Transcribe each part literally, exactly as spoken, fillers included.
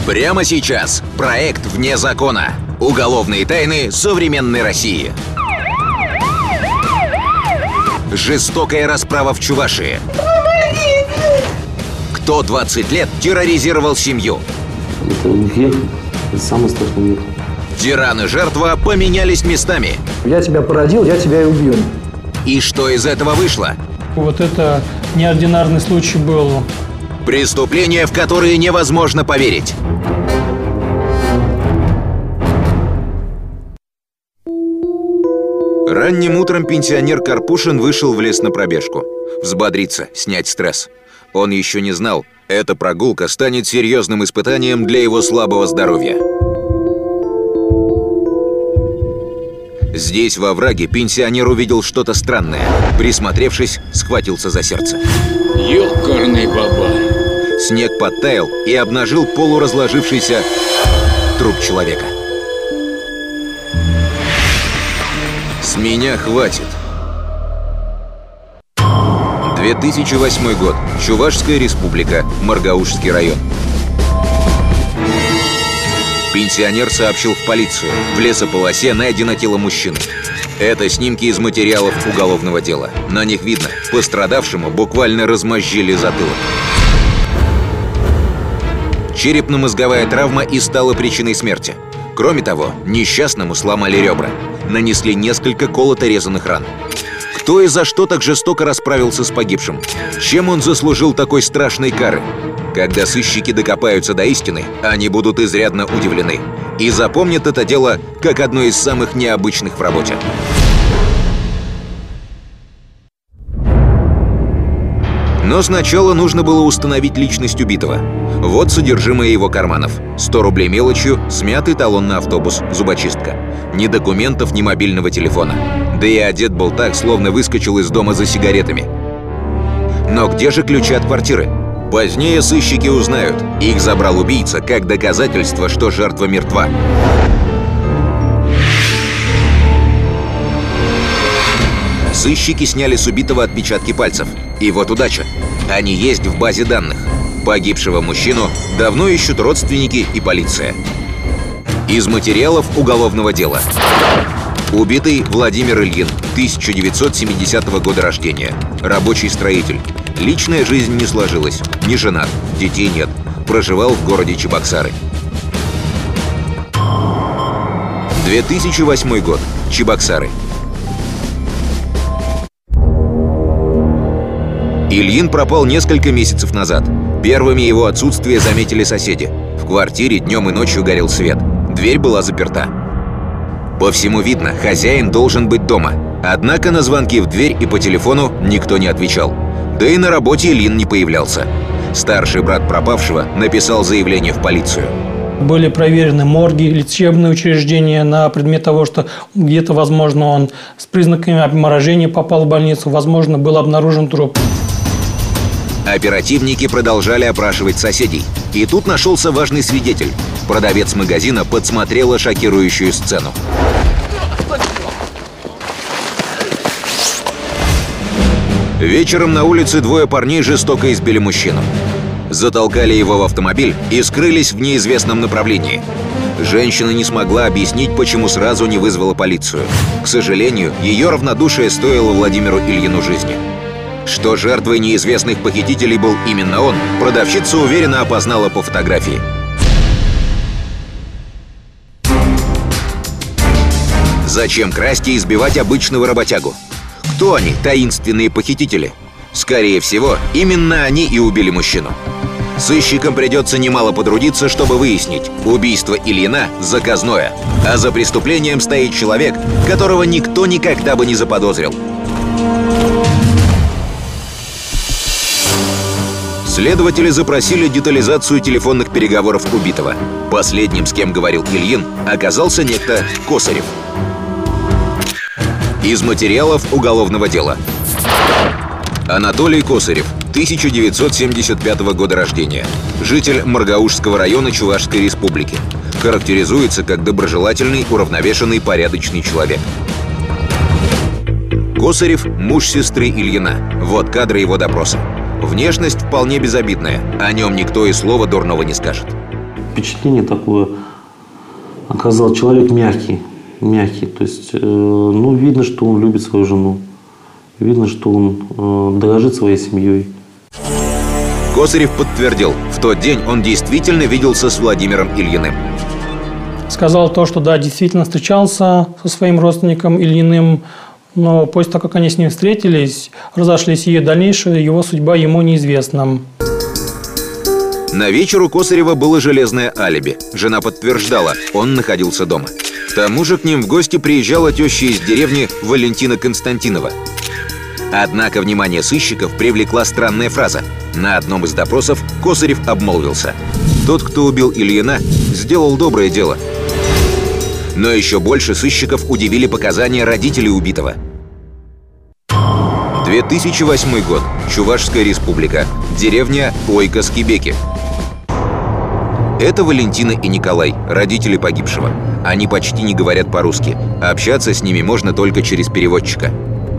Прямо сейчас проект «Вне закона». Уголовные тайны современной России. Жестокая расправа в Чувашии. Кто двадцать лет терроризировал семью? Это век, это самый страшный век. Тиран и жертва поменялись местами. Я тебя породил, я тебя и убью. И что из этого вышло? Вот это неординарный случай был. Преступления, в которые невозможно поверить. Ранним утром пенсионер Карпушин вышел в лес на пробежку. Взбодриться, снять стресс. Он еще не знал, эта прогулка станет серьезным испытанием для его слабого здоровья. Здесь, во овраге, пенсионер увидел что-то странное. Присмотревшись, схватился за сердце. Ёкарный бабай. Снег подтаял и обнажил полуразложившийся труп человека. С меня хватит. две тысячи восьмой год. Чувашская республика. Маргаушский район. Пенсионер сообщил в полицию. В лесополосе найдено тело мужчины. Это снимки из материалов уголовного дела. На них видно, пострадавшему буквально размозжили затылок. Черепно-мозговая травма и стала причиной смерти. Кроме того, несчастному сломали ребра. Нанесли несколько колото-резанных ран. Кто и за что так жестоко расправился с погибшим? Чем он заслужил такой страшной кары? Когда сыщики докопаются до истины, они будут изрядно удивлены. И запомнят это дело как одно из самых необычных в работе. Но сначала нужно было установить личность убитого. Вот содержимое его карманов. сто рублей мелочью, смятый талон на автобус, зубочистка. Ни документов, ни мобильного телефона. Да и одет был так, словно выскочил из дома за сигаретами. Но где же ключи от квартиры? Позднее сыщики узнают. Их забрал убийца как доказательство, что жертва мертва. Сыщики сняли с убитого отпечатки пальцев. И вот удача. Они есть в базе данных. Погибшего мужчину давно ищут родственники и полиция. Из материалов уголовного дела. Убитый Владимир Ильин, тысяча девятьсот семидесятого года рождения. Рабочий строитель. Личная жизнь не сложилась. Не женат, детей нет. Проживал в городе Чебоксары. две тысячи восьмой год. Чебоксары. Ильин пропал несколько месяцев назад. Первыми его отсутствие заметили соседи. В квартире днем и ночью горел свет. Дверь была заперта. По всему видно, хозяин должен быть дома. Однако на звонки в дверь и по телефону никто не отвечал. Да и на работе Ильин не появлялся. Старший брат пропавшего написал заявление в полицию. Были проверены морги, лечебные учреждения на предмет того, что где-то, возможно, он с признаками обморожения попал в больницу, возможно, был обнаружен труп. Оперативники продолжали опрашивать соседей. И тут нашелся важный свидетель. Продавец магазина подсмотрела шокирующую сцену. Вечером на улице двое парней жестоко избили мужчину. Затолкали его в автомобиль и скрылись в неизвестном направлении. Женщина не смогла объяснить, почему сразу не вызвала полицию. К сожалению, ее равнодушие стоило Владимиру Ильину жизни. Что жертвой неизвестных похитителей был именно он, продавщица уверенно опознала по фотографии. Зачем красть и избивать обычного работягу? Кто они, таинственные похитители? Скорее всего, именно они и убили мужчину. Сыщикам придется немало потрудиться, чтобы выяснить, убийство Ильина заказное, а за преступлением стоит человек, которого никто никогда бы не заподозрил. Следователи запросили детализацию телефонных переговоров убитого. Последним, с кем говорил Ильин, оказался некто Косарев. Из материалов уголовного дела. Анатолий Косарев, тысяча девятьсот семьдесят пятого года рождения. Житель Маргаушского района Чувашской республики. Характеризуется как доброжелательный, уравновешенный, порядочный человек. Косарев – муж сестры Ильина. Вот кадры его допроса. Внешность вполне безобидная. О нем никто и слова дурного не скажет. впечатление такое оказал человек мягкий, мягкий. То есть, э, ну, видно, что он любит свою жену, видно, что он э, дорожит своей семьей. Косарев подтвердил, в тот день он действительно виделся с Владимиром Ильиным. Сказал то, что да, действительно встречался со своим родственником Ильиным, но после того, как они с ним встретились, разошлись, и дальнейшая его судьба ему неизвестна. На вечер у Косарева было железное алиби. Жена подтверждала, он находился дома. К тому же к ним в гости приезжала теща из деревни Валентина Константинова. Однако внимание сыщиков привлекла странная фраза. На одном из допросов Косарев обмолвился: тот, кто убил Ильина, сделал доброе дело. Но еще больше сыщиков удивили показания родителей убитого. две тысячи восьмой год. Чувашская республика. Деревня Ойко-Скибеки. Это Валентина и Николай, родители погибшего. Они почти не говорят по-русски. Общаться с ними можно только через переводчика.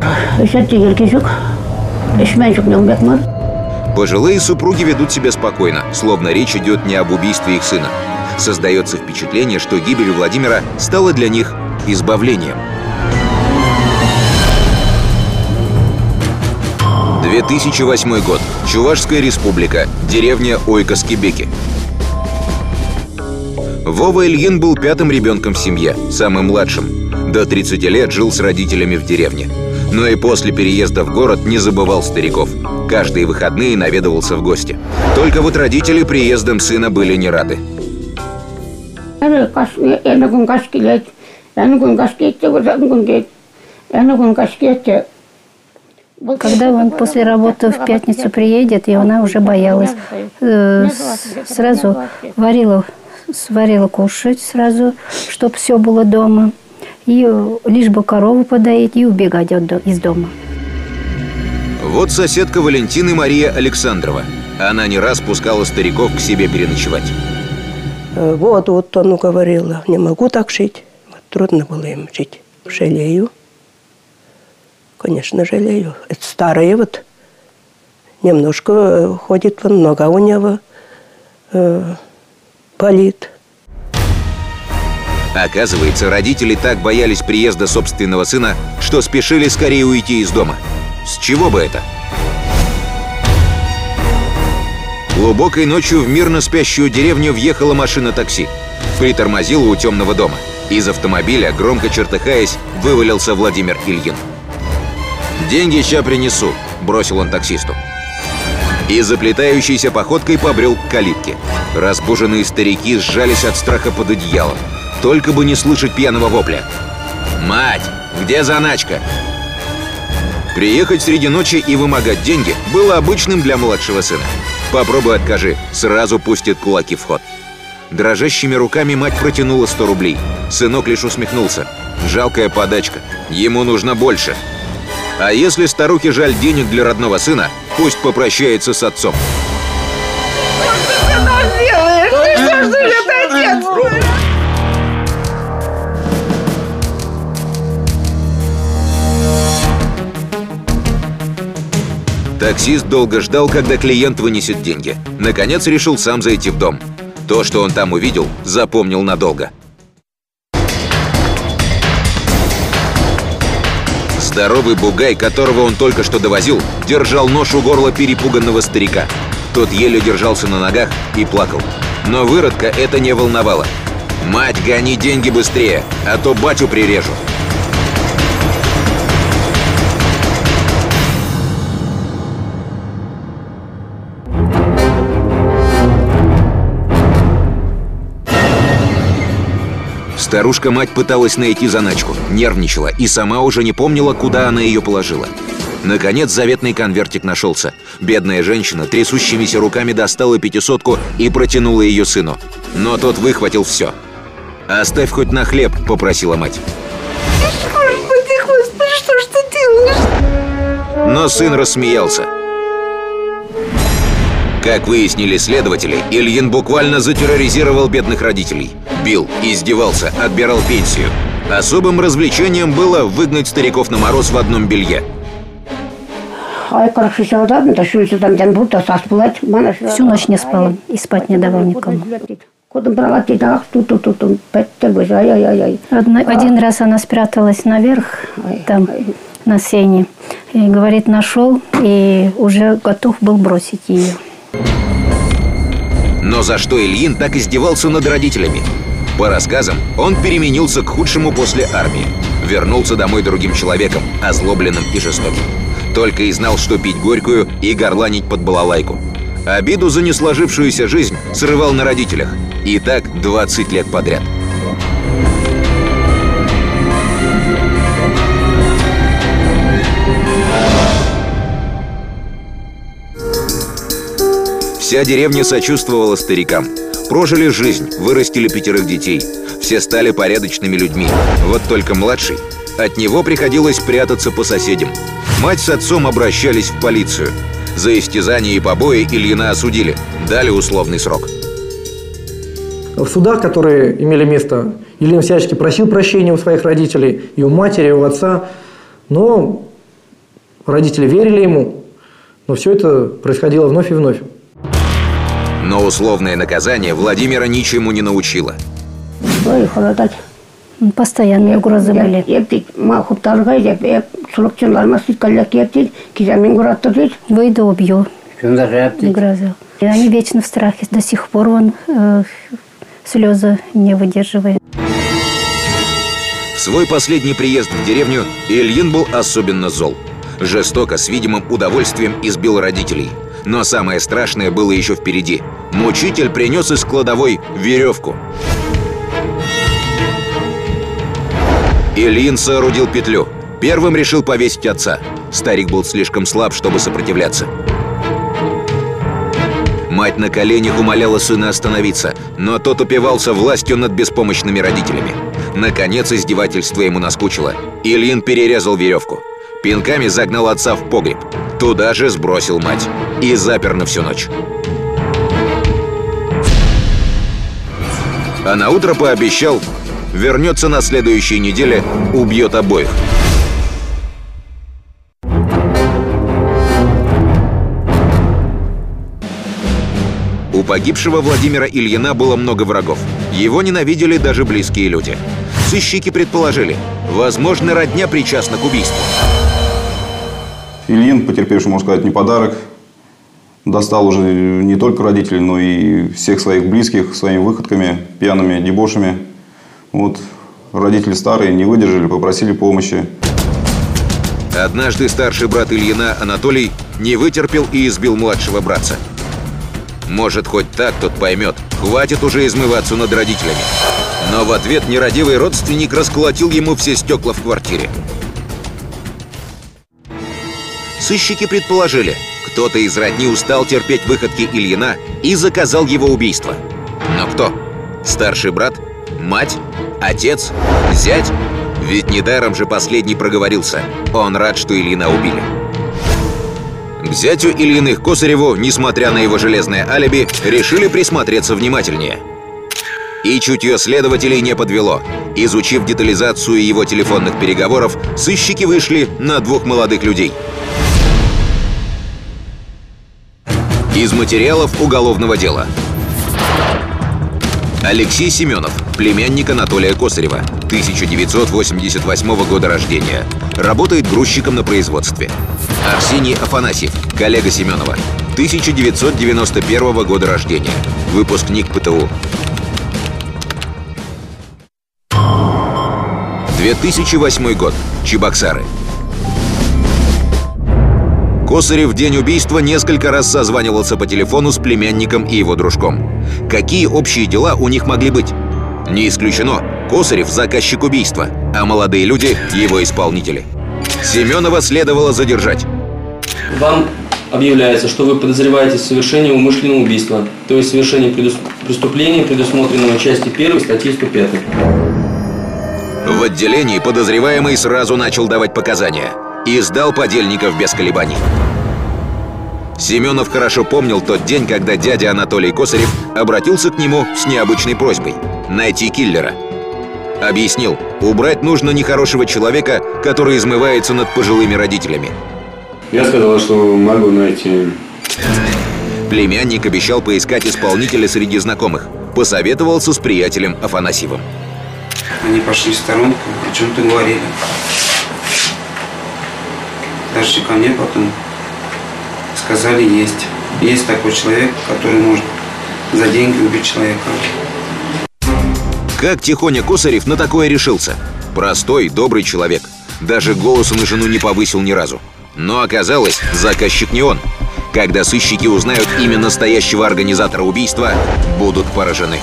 Пожилые супруги ведут себя спокойно, словно речь идет не об убийстве их сына. Создается впечатление, что гибель Владимира стала для них избавлением. две тысячи восьмой год. Чувашская республика. Деревня Ойко-Скибеки. Вова Ильин был пятым ребенком в семье, самым младшим. До тридцати лет жил с родителями в деревне. Но и после переезда в город не забывал стариков. Каждые выходные наведывался в гости. Только вот родители приездом сына были не рады. Когда он после работы в пятницу приедет, и она уже боялась, э, сразу варила, сварила кушать сразу, чтобы все было дома. И лишь бы корову подоить и убегать из дома. Вот соседка Валентины Мария Александрова. Она не раз пускала стариков к себе переночевать. Вот, вот он говорила, не могу так жить. Вот, трудно было им жить. Жалею. Конечно, жалею. Это старая вот. Немножко ходит, вон, нога у него э, болит. Оказывается, родители так боялись приезда собственного сына, что спешили скорее уйти из дома. С чего бы это? Глубокой ночью в мирно спящую деревню въехала машина такси. Притормозила у темного дома. Из автомобиля, громко чертыхаясь, вывалился Владимир Ильин. «Деньги ща принесу», – бросил он таксисту. И заплетающейся походкой побрел к калитке. Разбуженные старики сжались от страха под одеялом. Только бы не слышать пьяного вопля. «Мать, где заначка?» Приехать среди ночи и вымогать деньги было обычным для младшего сына. Попробуй откажи, сразу пустит кулаки в ход. Дрожащими руками мать протянула сто рублей. Сынок лишь усмехнулся. Жалкая подачка, ему нужно больше. А если старухе жаль денег для родного сына, пусть попрощается с отцом. Таксист долго ждал, когда клиент вынесет деньги. Наконец решил сам зайти в дом. То, что он там увидел, запомнил надолго. Здоровый бугай, которого он только что довозил, держал нож у горла перепуганного старика. Тот еле держался на ногах и плакал. Но выродка это не волновало. «Мать, гони деньги быстрее, а то батю прирежу». Старушка-мать пыталась найти заначку, нервничала и сама уже не помнила, куда она ее положила. Наконец заветный конвертик нашелся. Бедная женщина трясущимися руками достала пятисотку и протянула ее сыну. Но тот выхватил все. «Оставь хоть на хлеб», — попросила мать. Господи, Господи, что ж ты делаешь? Но сын рассмеялся. Как выяснили следователи, Ильин буквально затерроризировал бедных родителей. Бил, издевался, отбирал пенсию. Особым развлечением было выгнать стариков на мороз в одном белье. Всю ночь не спала и спать не давал никому. Одно- один раз она спряталась наверх, там, на сене. И, говорит, нашел, и уже готов был бросить ее. Но за что Ильин так издевался над родителями? По рассказам, он переменился к худшему после армии. Вернулся домой другим человеком, озлобленным и жестоким. Только и знал, что пить горькую и горланить под балалайку. Обиду за несложившуюся жизнь срывал на родителях. И так двадцать лет подряд. Вся деревня сочувствовала старикам. Прожили жизнь, вырастили пятерых детей. Все стали порядочными людьми. Вот только младший. От него приходилось прятаться по соседям. Мать с отцом обращались в полицию. За истязание и побои Ильина осудили. Дали условный срок. В судах, которые имели место, Ильин всячески просил прощения у своих родителей, и у матери, и у отца. Но родители верили ему. Но все это происходило вновь и вновь. Но условное наказание Владимира ничему не научило. Постоянные угрозы были. Выйду, убью. Угрозил. И они вечно в страхе. До сих пор он э, слезы не выдерживает. В свой последний приезд в деревню Ильин был особенно зол. Жестоко, с видимым удовольствием избил родителей. Но самое страшное было еще впереди. Мучитель принес из кладовой веревку. Ильин соорудил петлю. Первым решил повесить отца. Старик был слишком слаб, чтобы сопротивляться. Мать на коленях умоляла сына остановиться, но тот упивался властью над беспомощными родителями. Наконец издевательство ему наскучило. Ильин перерезал веревку. Пинками загнал отца в погреб. Туда же сбросил мать. И запер на всю ночь. А наутро пообещал, вернется на следующей неделе, убьет обоих. У погибшего Владимира Ильина было много врагов. Его ненавидели даже близкие люди. Сыщики предположили, возможно, родня причастна к убийству. Ильин, потерпевший, можно сказать, не подарок, достал уже не только родителей, но и всех своих близких своими выходками, пьяными дебошами. Вот. Родители старые не выдержали, попросили помощи. Однажды старший брат Ильина, Анатолий, не вытерпел и избил младшего братца. Может, хоть так тот поймет, хватит уже измываться над родителями. Но в ответ нерадивый родственник расколотил ему все стекла в квартире. Сыщики предположили, кто-то из родни устал терпеть выходки Ильина и заказал его убийство. Но кто? Старший брат? Мать? Отец? Зять? Ведь недаром же последний проговорился. Он рад, что Ильина убили. К зятю Ильиных Косареву, несмотря на его железное алиби, решили присмотреться внимательнее. И чутье следователей не подвело. Изучив детализацию его телефонных переговоров, сыщики вышли на двух молодых людей. Из материалов уголовного дела. Алексей Семенов, племянник Анатолия Косарева, тысяча девятьсот восемьдесят восьмого года рождения. Работает грузчиком на производстве. Арсений Афанасьев, коллега Семенова, тысяча девятьсот девяносто первого года рождения. Выпускник ПТУ. две тысячи восьмой год. Чебоксары. Косарев в день убийства несколько раз созванивался по телефону с племянником и его дружком. Какие общие дела у них могли быть? Не исключено, Косарев – заказчик убийства, а молодые люди – его исполнители. Семенова следовало задержать. Вам объявляется, что вы подозреваете в совершении умышленного убийства, то есть совершении предус... преступления, предусмотренного части первой статьи сто пятой. В отделении подозреваемый сразу начал давать показания и сдал подельников без колебаний. Семенов хорошо помнил тот день, когда дядя Анатолий Косарев обратился к нему с необычной просьбой – найти киллера. Объяснил, убрать нужно нехорошего человека, который измывается над пожилыми родителями. Я сказал, что могу найти. Племянник обещал поискать исполнителя среди знакомых. посоветовался с приятелем Афанасьевым. Они пошли в сторонку, о чем-то говорили. Даже ко мне потом сказали, есть. Есть такой человек, который может за деньги убить человека. Как Тихоня Косарев на такое решился? Простой, добрый человек. Даже голоса на жену не повысил ни разу. Но оказалось, заказчик не он. Когда сыщики узнают имя настоящего организатора убийства, будут поражены.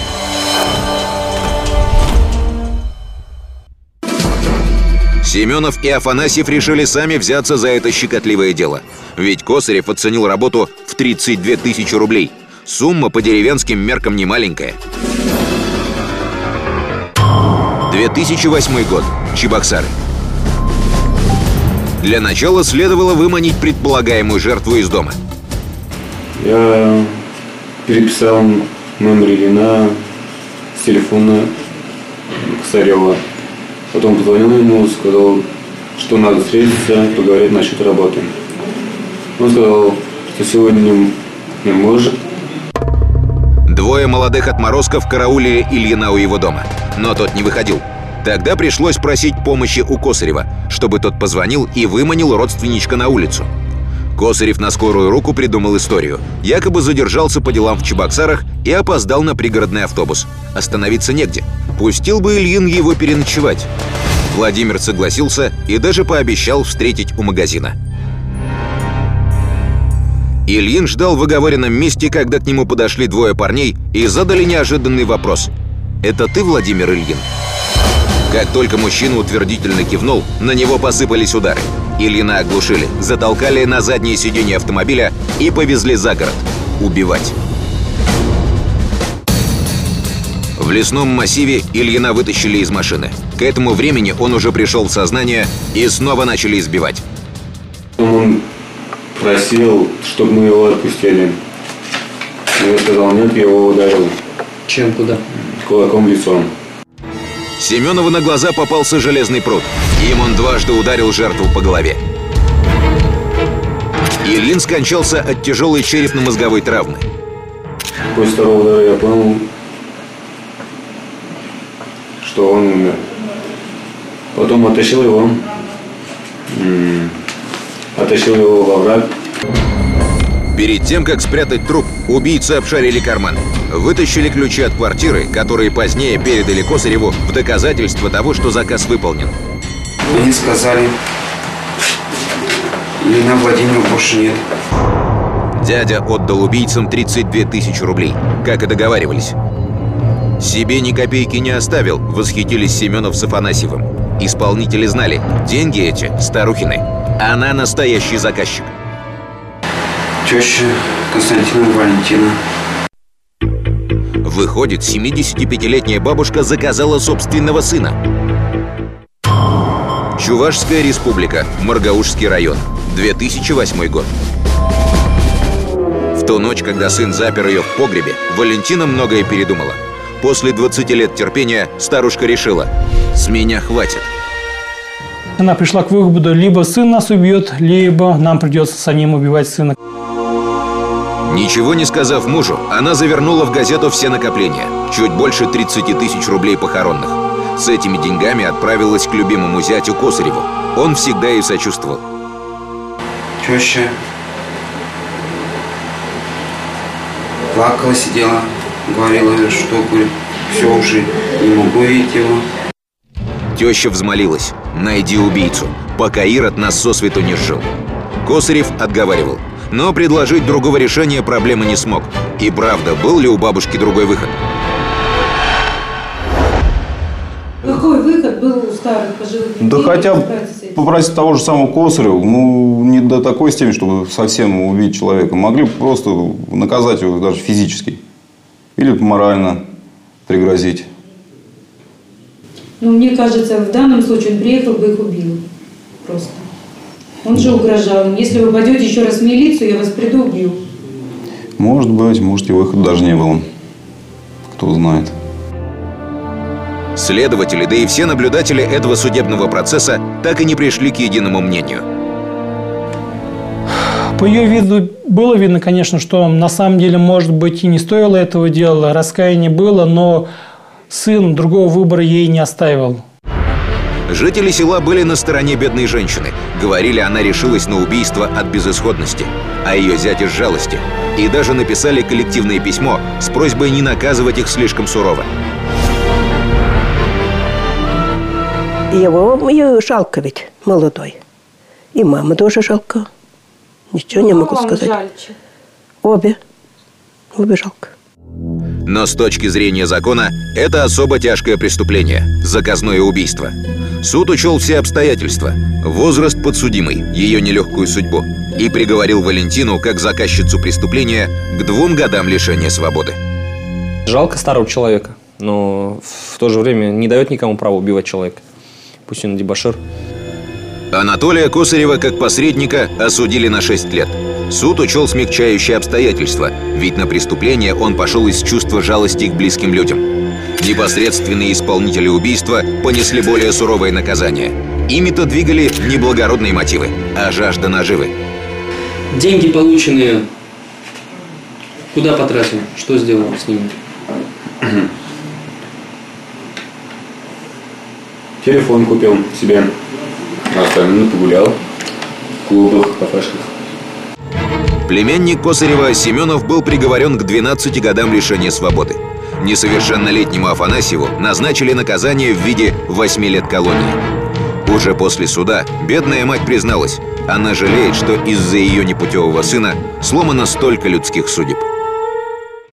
Семенов и Афанасьев решили сами взяться за это щекотливое дело. Ведь Косарев оценил работу в тридцать две тысячи рублей. Сумма по деревенским меркам не маленькая. две тысячи восьмой год. Чебоксары. Для начала следовало выманить предполагаемую жертву из дома. Я переписал номер Ильина с телефона Косарева. Потом позвонил ему, сказал, что надо встретиться, поговорить насчет работы. Он сказал, что сегодня не может. Двое молодых отморозков караулили Ильина у его дома, но тот не выходил. Тогда пришлось просить помощи у Косарева, чтобы тот позвонил и выманил родственничка на улицу. Косарев на скорую руку придумал историю. Якобы задержался по делам в Чебоксарах и опоздал на пригородный автобус. Остановиться негде. Пустил бы Ильин его переночевать. Владимир согласился и даже пообещал встретить у магазина. Ильин ждал в оговоренном месте, когда к нему подошли двое парней и задали неожиданный вопрос. «Это ты, Владимир Ильин?» Как только мужчина утвердительно кивнул, на него посыпались удары. Ильина оглушили, затолкали на заднее сиденье автомобиля и повезли за город. Убивать. В лесном массиве Ильина вытащили из машины. К этому времени он уже пришел в сознание и снова начали избивать. Он просил, чтобы мы его отпустили. Я сказал нет, я его ударил. Чем, куда? Кулаком в лицо. Семенову на глаза попался железный пруд. Им он дважды ударил жертву по голове. Ильин скончался от тяжелой черепно-мозговой травмы. После второго удара я понял, что он умер. Потом оттащил его, оттащил его во враг. Перед тем, как спрятать труп, убийцы обшарили карман. Вытащили ключи от квартиры, которые позднее передали Косареву в доказательство того, что заказ выполнен. Они сказали, Ильина Владимира больше нет. Дядя отдал убийцам тридцать две тысячи рублей, как и договаривались. Себе ни копейки не оставил, восхитились Семенов с Афанасьевым. Исполнители знали, деньги эти старухины. Она настоящий заказчик. Теща Константина Валентина. Выходит, семидесятипятилетняя бабушка заказала собственного сына. Чувашская республика, Маргаушский район, две тысячи восьмой год. В ту ночь, когда сын запер ее в погребе, Валентина многое передумала. После двадцати лет терпения старушка решила: с меня хватит. Она пришла к выводу, либо сын нас убьет, либо нам придется самим убивать сына. Ничего не сказав мужу, она завернула в газету все накопления. Чуть больше тридцати тысяч рублей похоронных. С этими деньгами отправилась к любимому зятю Косареву. Он всегда ей сочувствовал. Теща плакала, сидела, говорила, что говорит, все уже, не могу видеть его. Теща взмолилась: найди убийцу, пока Ирод нас сосвету не сжил. Косарев отговаривал, но предложить другого решения проблемы не смог. И правда, был ли у бабушки другой выход? Какой выход был у старых пожилых людей? Да хотя бы попросить того же самого Косарева, ну, не до такой степени, чтобы совсем убить человека. Могли бы просто наказать его даже физически. Или морально пригрозить. Ну, мне кажется, в данном случае он приехал бы их убил. Просто. Он же угрожал им. Если вы пойдете еще раз в милицию, я вас приду, убью. Может быть, может и выхода даже не было. Кто знает. Следователи, да и все наблюдатели этого судебного процесса так и не пришли к единому мнению. По ее виду было видно, конечно, что на самом деле, может быть, и не стоило этого дела, раскаяния было, но сын другого выбора ей не оставил. Жители села были на стороне бедной женщины. Говорили, она решилась на убийство от безысходности, а ее зять из жалости. И даже написали коллективное письмо с просьбой не наказывать их слишком сурово. Его ее жалко ведь, молодой. И мама тоже жалко. Ничего не могу сказать. Обе. Обе жалко. Но с точки зрения закона, это особо тяжкое преступление – заказное убийство. Суд учел все обстоятельства, возраст подсудимой, ее нелегкую судьбу и приговорил Валентину, как заказчицу преступления, к двум годам лишения свободы. Жалко старого человека, но в то же время не дает никому права убивать человека. Пусть он дебошир. Анатолия Косарева как посредника осудили на шесть лет. Суд учел смягчающие обстоятельства, ведь на преступление он пошел из чувства жалости к близким людям. Непосредственные исполнители убийства понесли более суровое наказание. Ими-то двигали не благородные мотивы, а жажда наживы. Деньги полученные куда потратил? Что сделал с ними? Телефон купил себе, а остальное погулял в клубах, кафешках. Племянник Косарева Семенов был приговорен к двенадцати годам лишения свободы. Несовершеннолетнему Афанасьеву назначили наказание в виде восьми лет колонии. Уже после суда бедная мать призналась, она жалеет, что из-за ее непутевого сына сломано столько людских судеб.